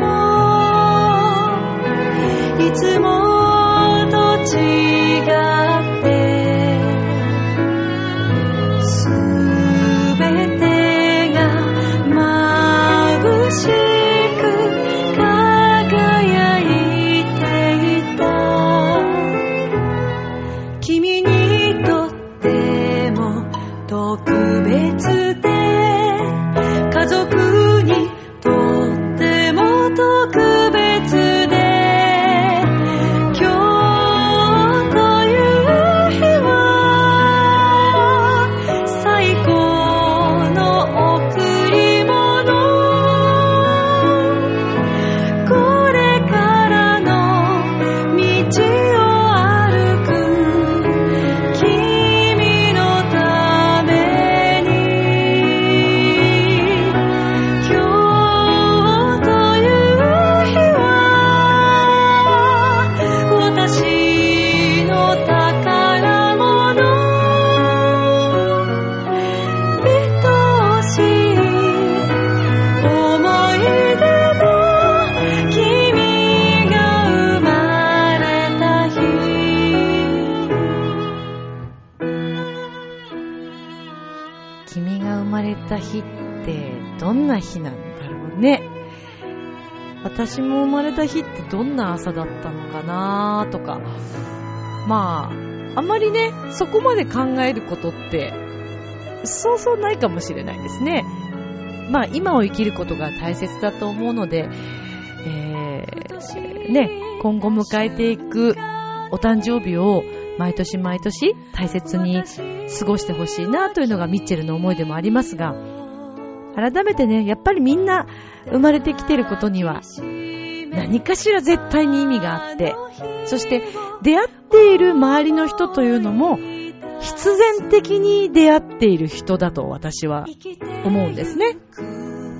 もいつもと違ってすべてが眩しく輝いていた。君にとっても特別で家族にとっても特別で日ってどんな日なんだろうね。私も生まれた日ってどんな朝だったのかなとか、まああんまりねそこまで考えることってそうそうないかもしれないですね。まあ今を生きることが大切だと思うので、えー、ね今後迎えていくお誕生日を毎年毎年大切に過ごしてほしいなというのがミッチェルの思いでもありますが、改めてねやっぱりみんな生まれてきてることには何かしら絶対に意味があって、そして出会っている周りの人というのも必然的に出会っている人だと私は思うんですね。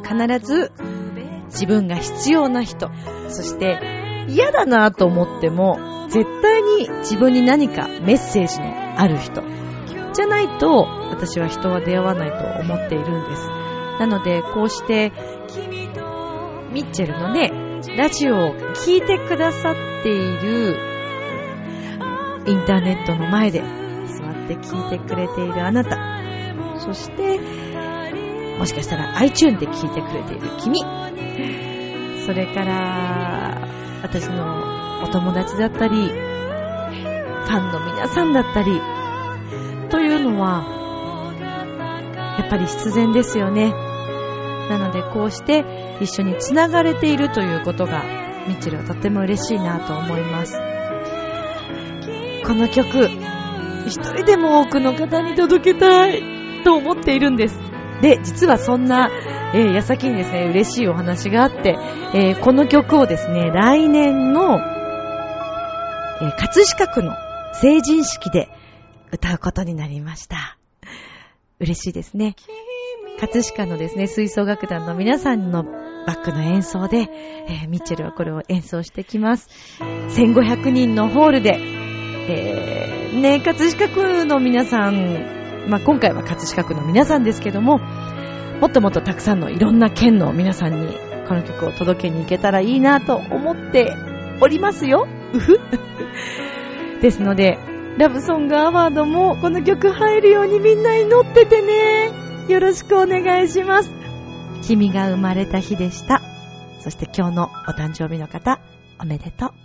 必ず自分が必要な人、そして嫌だなと思っても絶対に自分に何かメッセージのある人じゃないと私は人は出会わないと思っているんです。なのでこうしてミッチェルのねラジオを聞いてくださっているインターネットの前で座って聞いてくれているあなた、そしてもしかしたら iTunes で聞いてくれている君、それから私のお友達だったりファンの皆さんだったりというのはやっぱり必然ですよね。なのでこうして一緒につながれているということがミッチェルはとっても嬉しいなと思います。この曲一人でも多くの方に届けたいと思っているんです。で、実はそんな、えー、矢先にですね嬉しいお話があって、えー、この曲をですね来年の、えー、葛飾区の成人式で歌うことになりました。嬉しいですね。葛飾のですね吹奏楽団の皆さんのバックの演奏で、えー、ミッチェルはこれを演奏してきます。せんごひゃくにんのホールで、えー、ね葛飾区の皆さん、まあ、今回は葛飾区の皆さんですけども、もっともっとたくさんのいろんな県の皆さんにこの曲を届けに行けたらいいなと思っておりますよ。うふですのでラブソングアワードもこの曲入るようにみんな祈っててね。よろしくお願いします。君が生まれた日でした。そして今日のお誕生日の方おめでとう。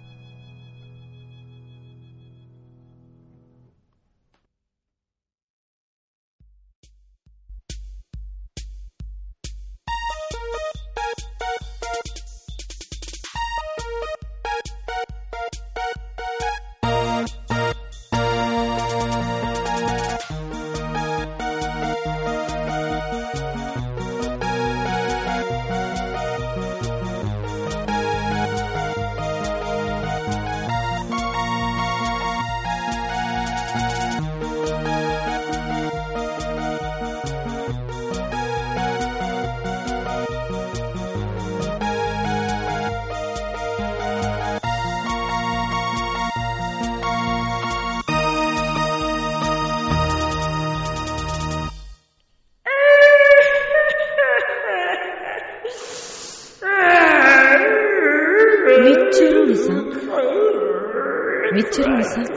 ミッチェルさん。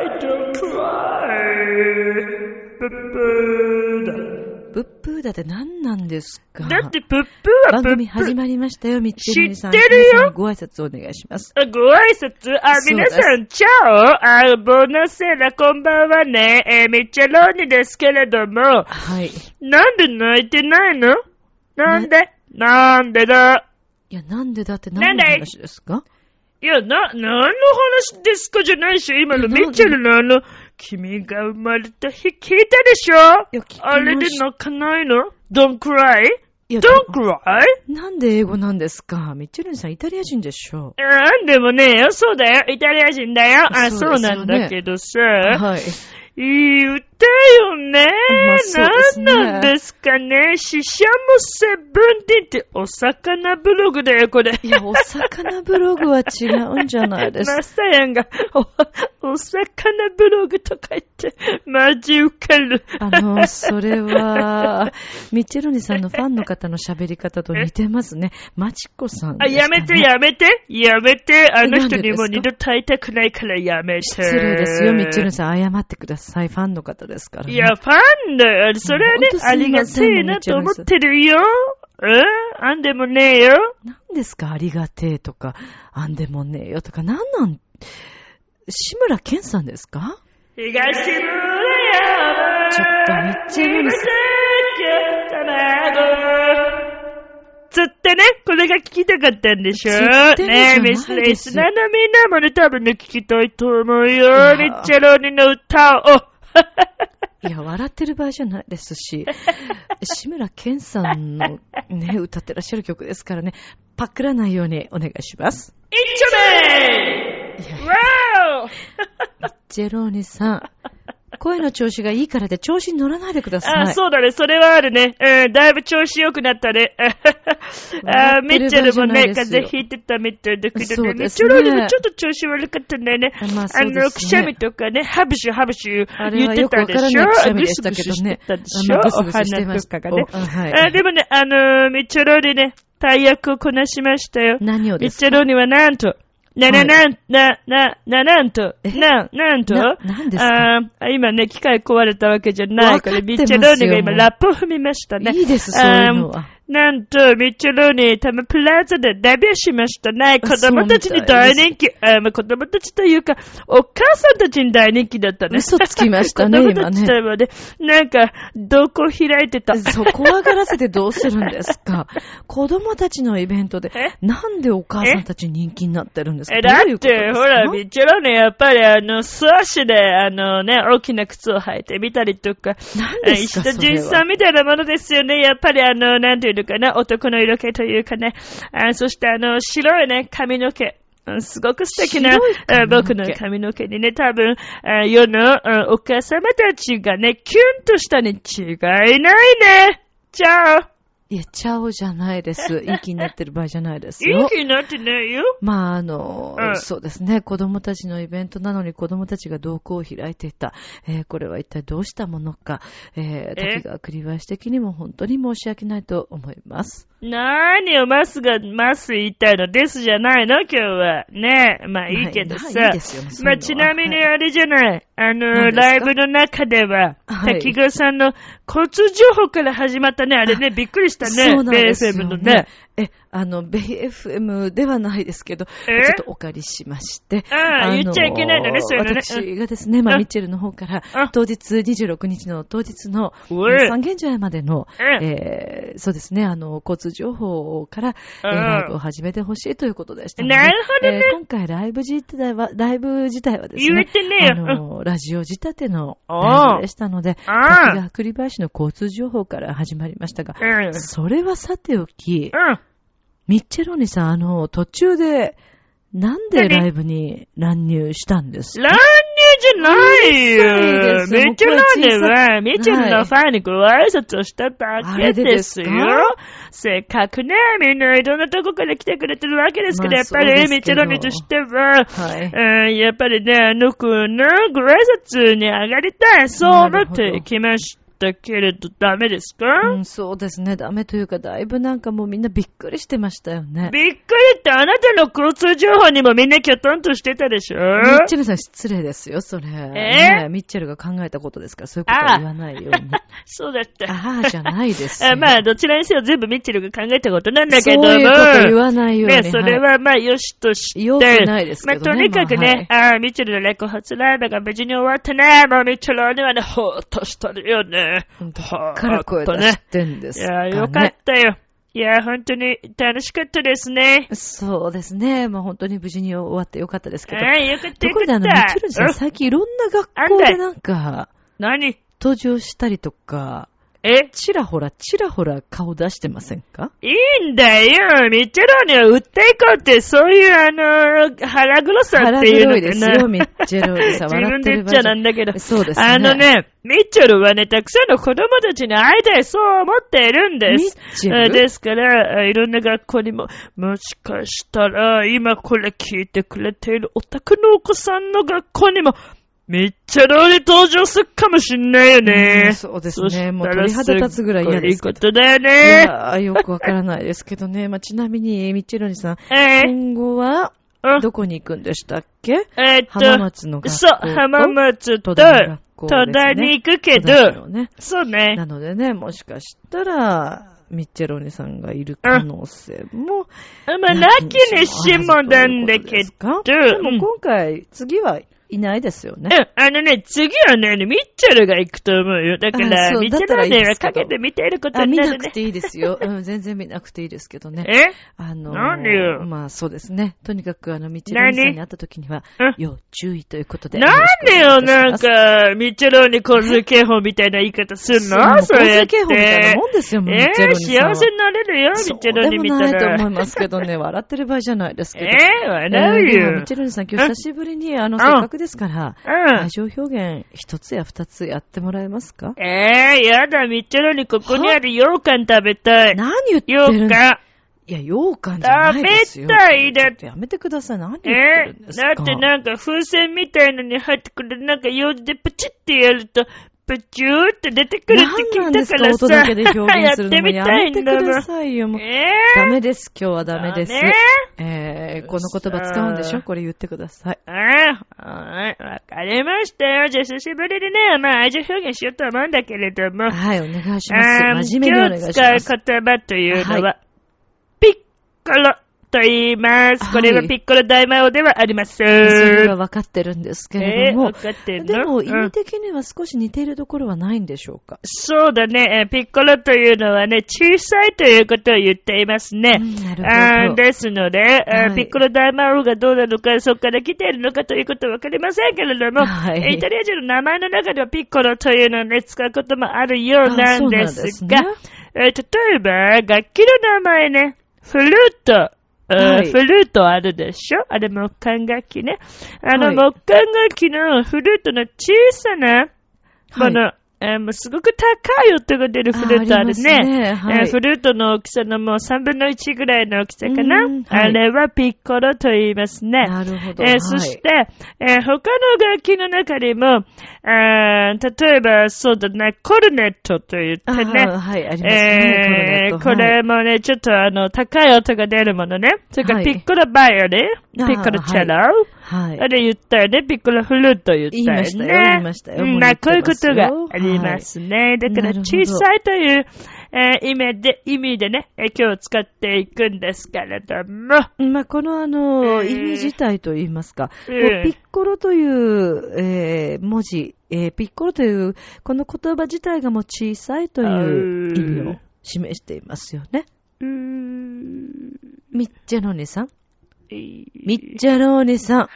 プップーだって何なんですか。 だってプップーはプップー。 番組始まりましたよ、ミッチェルさん。 知ってるよ。 ご挨拶お願いします。 ご挨拶あ、皆さん、チャオあ、ボナセラ、こんばんはね。えー、ミッチェローニですけれども。 はい。 なんで泣いてないの？なんでなんでだいや、なんでだって何の話ですか？ いや、な、何の話ですかじゃないし、今のミッチェルのあの、君が生まれた日聞いたでしょ？いや、あれで泣かないの？ Don't cry? Don't cry? なんで英語なんですか？ミッチェルさんイタリア人でしょ？ なんでもねえよ、そうだよ、イタリア人だよ。あ、そうなんだけどさ。はい。いい歌よね。まあね、何なんですかね。シシャモセブンティーってお魚ブログだよ、これ。 いや、お魚ブログは違うんじゃないですか。 マサヤンがお、お魚ブログとか言って、マジウケる。 あの、それは、ミッチェロニさんのファンの方の喋り方と似てますね。マチコさんですかね。 あ、やめて、やめて、やめて。あの人にも二度と会いたくないからやめて。 失礼ですよ、ミッチェロニさん。謝ってください。ファンの方ですからね。 いや、ファンだよ。それはね、ありがてえなと思ってるよ。えあんでもねえよ。 何ですか、ありがてえとか、あんでもねえよとか、なんなん、志村けんさんですか？ 東村山。 ちょっとミッチェルニさん。 つってね、これが聞きたかったんでしょ？ねえ、ミスレスナーのみんなもね、多分ね、聞きたいと思うよ。ミッチェロニの歌を。 いや、笑ってる場合じゃないですし、志村けんさんのね、歌ってらっしゃる曲ですからね、パクらないようにお願いします。 いっちょめー！わー！ ミッチェロニさん、 声の調子がいいからで調子に乗らないでください。 あ、そうだね。それはあるね。うん、だいぶ調子良くなったね。あ、ミッチェルもね、風邪ひいてたみたいだけどね。ミッチェルにもちょっと調子悪かったんだよね。まあ、そうですね。あの、くしゃみとかね、ハブシュハブシュ言ってたでしょ。 くしゃみでしたけどね。 ブスブスしてたでしょ。お鼻とかがね。あ、でもね、あの、ミッチェルにね、大役をこなしましたよ。 何をですか？ ミッチェルにはなんと、な、な、な、な、な、な、なんと、な、なんと、 な、なんですか？ あ、今ね、機械壊れたわけじゃないから、ミッチェローニが今ラップを踏みましたね。 いいです、そういうのは。 なんと、ミッチェローニ、タムプラザでデビューしましたね。子供たちに大人気。あ、まあ、子供たちというか、お母さんたちに大人気だったね。 嘘つきましたね、 子供たちとはね、なんか、瞳孔開いてた。 そう、怖がらせてどうするんですか？子供たちのイベントで、なんでお母さんたち人気になってるんですか？ え、だって、ほら、ミッチェローニ、やっぱりあの、素足で、あのね、大きな靴を履いてみたりとか、 何ですか？ 石田純一さんみたいなものですよね。やっぱりあの、なんていうのかな、男の色気というかね、あ、そしてあの、白いね、髪の毛。すごく素敵な僕の髪の毛にね、多分、世のお母様たちがね、キュンとしたに違いないね。チャオ。 いや、チャオじゃないです。いい気になってる場合じゃないですよ。 いい気になってないよ。 まあ、あの、うん、そうですね。子供たちのイベントなのに子供たちが瞳孔を開いていた。えー、これは一体どうしたものか。えー、滝川栗林的にも本当に申し訳ないと思います。 なーにをマスが、マス言いたいのですじゃないの今日は。ねえ。まあいいけどさ。 はい、いいですよね、 まあちなみにあれじゃない。はい、あの、ライブの中では、はい、滝川さんの交通情報から始まったね。あれね、びっくりしたね。 そうなんですよね。 ベイエフエムのね。 え、あの、ベイエフエム ではないですけど、ちょっとお借りしまして。 ああ、言っちゃいけないのね、そういうのね。 私がですね、まあ、ミッチェルの方から、当日にじゅうろくにちの当日の三軒茶屋までの、えー、そうですね、あの、交通情報から、えー、ライブを始めてほしいということでしたので、 なるほどね。 えー、今回ライブ自体は、ライブ自体はですね、 言えてねあの、ラジオ仕立てのライブでしたので、滝川栗林の交通情報から始まりましたが、うん、それはさておき、うんミッチェローニさん、あの、途中で、なんでライブに乱入したんですか？ 乱入じゃないよ。ミッチェローニは、ミッチェルのファンにご挨拶をしただけですよ。せっかくね、みんないろんなとこから来てくれてるわけですけど、まあ、やっぱりミッチェローニとしては、はいうん、やっぱりね、あの子のご挨拶に上がりたい。そう思ってきました。だけれどダメですか？ うん、そうですね。ダメというか、だいぶなんかもうみんなびっくりしてましたよね。 びっくりってあなたの交通情報にもみんなキョトンとしてたでしょ？ミッチェルさん失礼ですよ、それ。えーね、ミッチェルが考えたことですから、そういうことは言わないように。 そうだった。 ああ、じゃないですよ。 あまあ、どちらにせよ全部ミッチェルが考えたことなんだけども。 そういうこと言わないように。 ね、それはまあ、よしとして。 よくないですけどね。 まあ、とにかくね、まあはい、あミッチェルのレコ発ライブが無事に終わったね。もうミッチェルにはね、ほーっとしたよね。 から声出してんですかね。 いや、よかったよ。いや、本当に楽しかったですね。 そうですね。まあ本当に無事に終わってよかったですけど。 はい、よかったよかった。 ところであの、ミッチェルさん、最近いろんな学校でなんか、 何登場したりとか、 えちらほら、ちらほら顔出してませんか？ いいんだよ。ミッチェローニは売っていこうって、そういうあの、腹黒さっていうのかな。腹黒いですよ、ミッチェローニさん。 自分で言っちゃなんだけど。 そうですね。 あのね、ミッチェルはね、たくさんの子供たちに会いたい、そう思っているんです。 ミッチェルですから、いろんな学校にも、もしかしたら、今これ聞いてくれているお宅のお子さんの学校にも、ミッチェローニ登場するかもしんないよね。 うん、そうですね。もう鳥肌立つぐらい嫌ですけど。 いいことだよね。 いやよくわからないですけどね。まあ、ちなみに、ミッチェローニさん、えー、今後は、どこに行くんでしたっけ？ えー、っと、 浜松の学校と。 そう、浜松と、戸田に行くけど、ね、そうね。 なのでね、もしかしたら、ミッチェローニさんがいる可能性も、 うん、まあ、なきにしもなんだけど、 でも今回、次はいないですよね。 うん、あのね、次はね、ミッチェルが行くと思うよ。だから、ミッチェルねはかけて見ていることになるね。 見なくていいですよ。うん、全然見なくていいですけどね。 えあのー、 何よ。 まあそうですね。とにかく、あの、ミッチェルさんに会った時には、要注意ということで。 なんでよ、なんか、ミッチェルに交通警報みたいな言い方するの？ そうやって。交通警報みたいなもんですよ、ミッチェルにさんは。 幸せになれるよ、ミッチェルに見たら。 そうでもないと思いますけどね、笑ってる場合じゃないですけど。 えー、笑うよ。 ミッチェルにさん、今日久しぶりに、あの、せっかくですから、 うん。 愛情表現一つや二つやってもらえますか？ えー、やだ、みっちゃろにここにある羊羹食べたい。 何言ってるん羊羹。 いや、羊羹じゃないですよ。 食べたいだって。 やめてください。何言ってるんですか？ えー、だってなんか風船みたいのに入ってくる、なんか用事でプチってやると、プチューって出てくるって聞いたからさ、 音だけで表現するのもやってみたいんだやめてくださいよ。もうえー、 ダメです。今日はダメです。 ねえー、この言葉使うんでしょ？これ言ってください。 ああ、はい、わかりましたよ。じゃあ久しぶりにね、まあ愛情表現しようと思うんだけれども。 はい、お願いします。真面目にお願いします。 今日使う言葉というのは、 はい、 ピッコロと言います。これはピッコロ大魔王ではありません。 それは分かってるんですけれども。 えー、分かってるの？ でも意味的には少し似ているところはないんでしょうか？ そうだね。ピッコロというのはね、小さいということを言っていますね。 うん、なるほど。 あですので、はい、ピッコロ大魔王がどうなのか、そこから来ているのかということは分かりませんけれども、はい、イタリア人の名前の中ではピッコロというのをね、使うこともあるようなんですが、ですね、えー、例えば、楽器の名前ね、フルート、はい、フルートあるでしょ？あれ木管楽器ね。あの、はい、木管楽器のフルートの小さなもの、はい、えー、もうすごく高い音が出るフルートあるね。あ、ね、はい、えー、フルートの大きさのもうさんぶんのいちぐらいの大きさかな。はい、あれはピッコロと言いますね。 なるほど。 えー、そして、えー、他の楽器の中にも、あ例えば、そうだね、コルネットと言ってね。 はい、ありますね。 えー、これもね、はい、ちょっとあの、高い音が出るものね。それから、ピッコロバイオリン、ピッコロチェロ。はい。あれ言ったよね。ピッコロフルート言ったよね。言いましたよ。言いましたよ。まあ、こういうことがありますね。はい、だから、小さいという、えー、意味で、意味でね、えー、今日使っていくんですけれども。 まあ、このあの、えー、意味自体といいますか、えー、ピッコロという、えー、文字、えー、ピッコロという、この言葉自体がもう小さいという意味を示していますよね。うーん。ミッチェローネさん。ミッチェローネさん。 はい。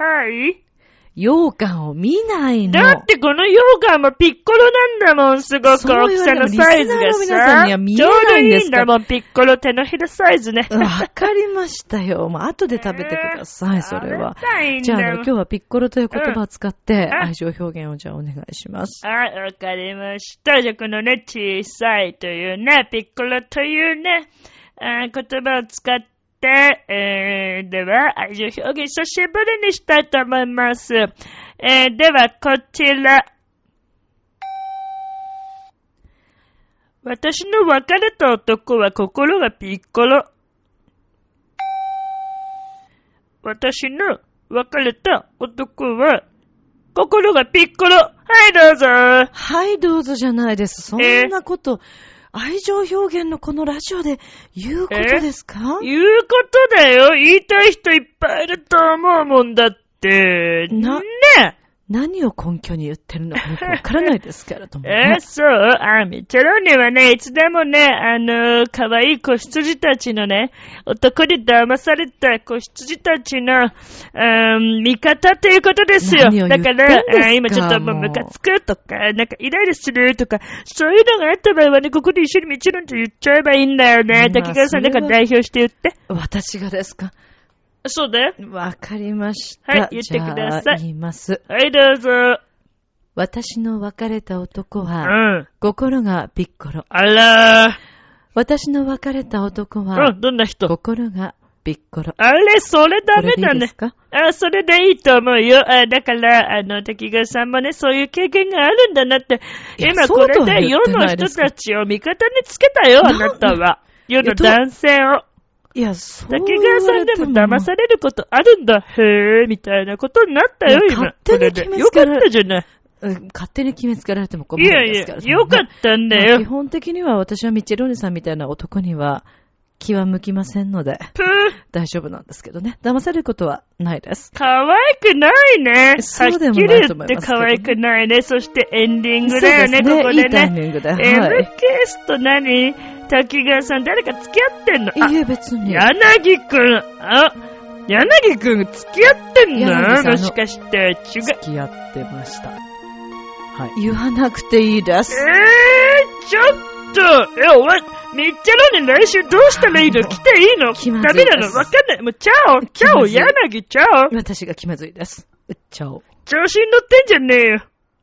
羊羹を見ないの。 だってこの羊羹もピッコロなんだもん、すごく大きさのサイズがさ。皆さんには見えないんですか？ちょうどいいんだもん、ピッコロ手のひらサイズね。 わかりましたよ。もう後で食べてください、それは。じゃあ、あの、今日はピッコロという言葉を使って、愛情表現をじゃあお願いします。 はい、わかりました。じゃあこのね、小さいというね、ピッコロというね、あ言葉を使って、で、えー、では、愛情表現久しぶりにしたいと思います。えー、では、こちら。私の別れた男は心がピッコロ。私の別れた男は心がピッコロ。はいどうぞ。 はいどうぞじゃないです。そんなこと。えー愛情表現のこのラジオで言うことですか？ 言うことだよ。言いたい人いっぱいいると思うもんだって。な、ね何を根拠に言ってるのかよくわからないですからとも、ね。 えー、そうあ、ミッチェローネはね、いつでもね、あのー、かわいい子羊たちのね、男に騙された子羊たちの、うん、味方ということですよ。だから、あ今ちょっともうムカつくとか、なんかイライラするとか、そういうのがあった場合はね、ここで一緒にミッチェローネと言っちゃえばいいんだよね。滝川さん、だから代表して言って。 私がですか？ そうだよ。 わかりました。 はい、言ってください。 言います。 はい、どうぞ。 私の別れた男は、 うん、 心がピッコロ。 あらー。 私の別れた男は、 うん、どんな人？ 心がピッコロ。 あれ、それダメだね。 これでいいですか？ あ、それでいいと思うよ。あだから、あの、滝川さんもね、そういう経験があるんだなって、今これで世の人たちを味方につけたよ、あなたは。世の男性を。 いや、そう滝川さんでも騙されることあるんだ。へぇ、みたいなことになったよ、今。 勝手に決めつけられよかったじゃない。 うん、勝手に決めつけられても困るんですから。 いやいや、よかったんだよ。まあ、 基本的には私はミッチェローネさんみたいな男には気は向きませんので、大丈夫なんですけどね。騙されることはないです。 可愛くないね。 そうでもないと思いますけど、ね。はっきり言って可愛くないね。そしてエンディングだよね、 ねここでね。いいタイミングで。はい、 エムケー スと何？滝川さん、誰か付き合ってんの？ いえ、別に。 柳くん。あ、柳くん付き合ってんの？もしかして、違う。 付き合ってました。はい。言わなくていいです。 えー、ちょっと、え、お前、ミッチェローネ来週どうしたらいいの？来ていいの？ダメなの？わかんない。もう、チャオ、チャオ、柳、チャオ。 私が気まずいです。チャオ。 調子に乗ってんじゃねえよ。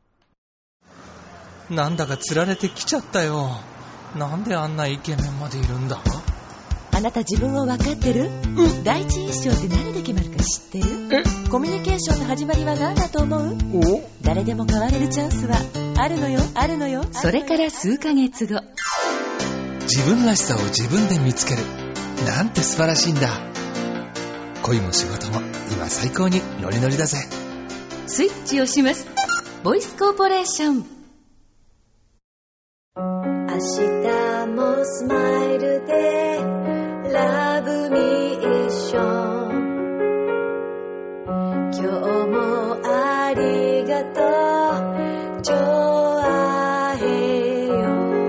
なんだか釣られてきちゃったよ。なんであんなイケメンまでいるんだ？ あなた自分を分かってる？うん。第一印象って何で決まるか知ってる？え？コミュニケーションの始まりは何だと思う？お？誰でも変われるチャンスはあるのよ、あるのよ。それから数ヶ月後。 自分らしさを自分で見つける。なんて素晴らしいんだ。恋も仕事も今最高にノリノリだぜ。 スイッチをします。ボイスコーポレーション。 明日もスマイルでラブミッション。今日もありがとうジョアヘヨ。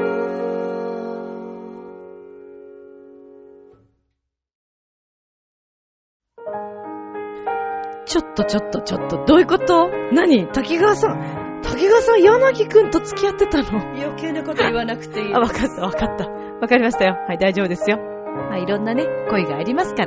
ちょっとちょっとちょっとどういうこと？何？滝川さん滝川さん、柳くんと付き合ってたの？ 余計なこと言わなくていい。 あ、わかった、わかった。わかりましたよ。はい、大丈夫ですよ。まあ、いろんなね、恋がありますから、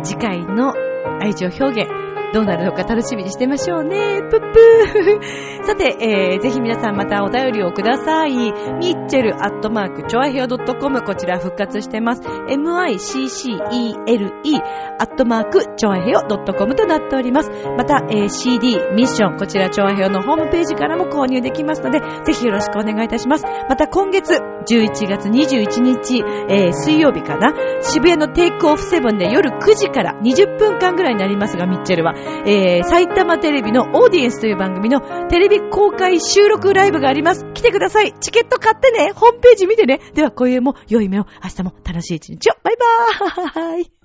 次回の愛情表現、どうなるのか楽しみにしてましょうね。ぷっぷー。さて、えー、ぜひ皆さんまたお便りをください。ミッチェルアットマークチョアヘオドットコム、こちら復活してます。エムアイシーシーイーエルイー アットマークチョアヘオドットコムとなっております。また、えー、シーディー ミッション、こちらチョアヘオのホームページからも購入できますので、ぜひよろしくお願いいたします。また今月じゅういちがつにじゅういちにち、えー、水曜日かな、渋谷のテイクオフセブンで夜くじからにじゅっぷんかんぐらいになりますが、ミッチェルは、えー、埼玉テレビのオーディエンスという番組のテレビ公開収録ライブがあります。来てください。チケット買ってね。ホームページ見てね。では、今夜も良い目を、明日も楽しい一日を。バイバーイ。